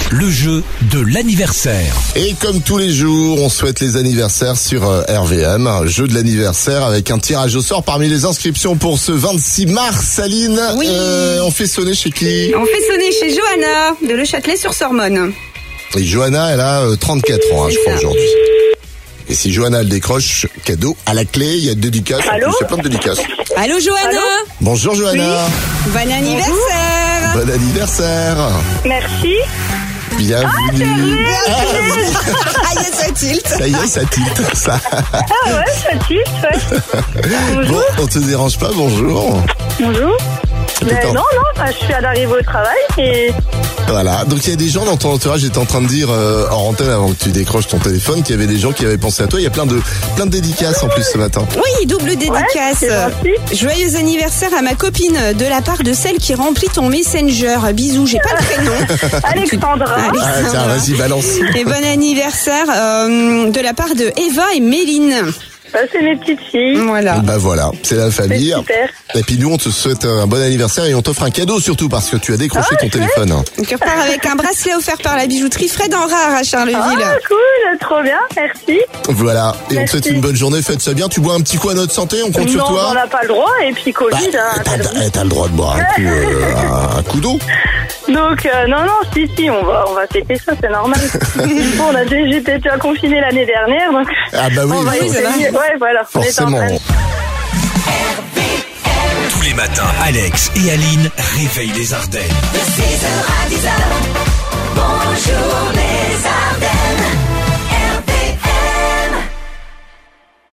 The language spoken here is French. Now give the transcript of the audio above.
le jeu de l'anniversaire. Et comme tous les jours, on souhaite les anniversaires sur RVM, un jeu de l'anniversaire avec un tirage au sort parmi les inscriptions pour ce 26 mars. Aline, oui. On fait sonner chez qui? On fait sonner chez Johanna de Le Châtelet-sur-Sormonne. Et Johanna, elle a 34 ans, je crois, aujourd'hui. Et si Johanna elle décroche, cadeau à la clé, il y a de dédicaces. Allô, c'est plein de dédicaces. Allô Johanna. Allô, bonjour Johanna. Oui. Bon anniversaire. Bon anniversaire. merci. Bienvenue. Ah, yes, ça tilt. Ça y est, ça tilte, ça. Ah ouais, ça tilte, ouais. Bonjour. Bon, on te dérange pas, bonjour. Bonjour. Attends. Non, je suis à l'arrivée au travail et... Voilà, donc il y a des gens dans ton entourage, j'étais en train de dire en antenne avant que tu décroches ton téléphone qu'il y avait des gens qui avaient pensé à toi, il y a plein de dédicaces en plus ce matin. Oui, double dédicace. c'est gentil. Joyeux anniversaire à ma copine de la part de celle qui remplit ton Messenger. Bisous, j'ai pas le prénom. Alexandra. Ah tiens, vas-y, balance. Et bon anniversaire de la part de Eva et Méline. Ça, c'est mes petites filles. Voilà. Bah voilà, c'est la famille. C'est super. Et puis nous on te souhaite un bon anniversaire et on t'offre un cadeau surtout parce que tu as décroché ton téléphone. Donc on repart avec un bracelet offert par la bijouterie Fred en Rare à Charleville. Ah, cool, trop bien, merci. Voilà, et on te Merci. souhaite une bonne journée, faites ça bien, tu bois un petit coup à notre santé, on compte sur Non, toi. on n'a pas le droit, et puis Covid, T'as le droit de boire un coup d'eau. Donc, non, si, on va fêter ça, c'est normal. Bon, j'étais déjà confinée l'année dernière, donc... Ah bah oui, on va essayer. Ouais, voilà. on est en forcément. train. Tous les matins, Alex et Aline réveillent les Ardennes. De 6h à 10h, bonjour les Ardennes.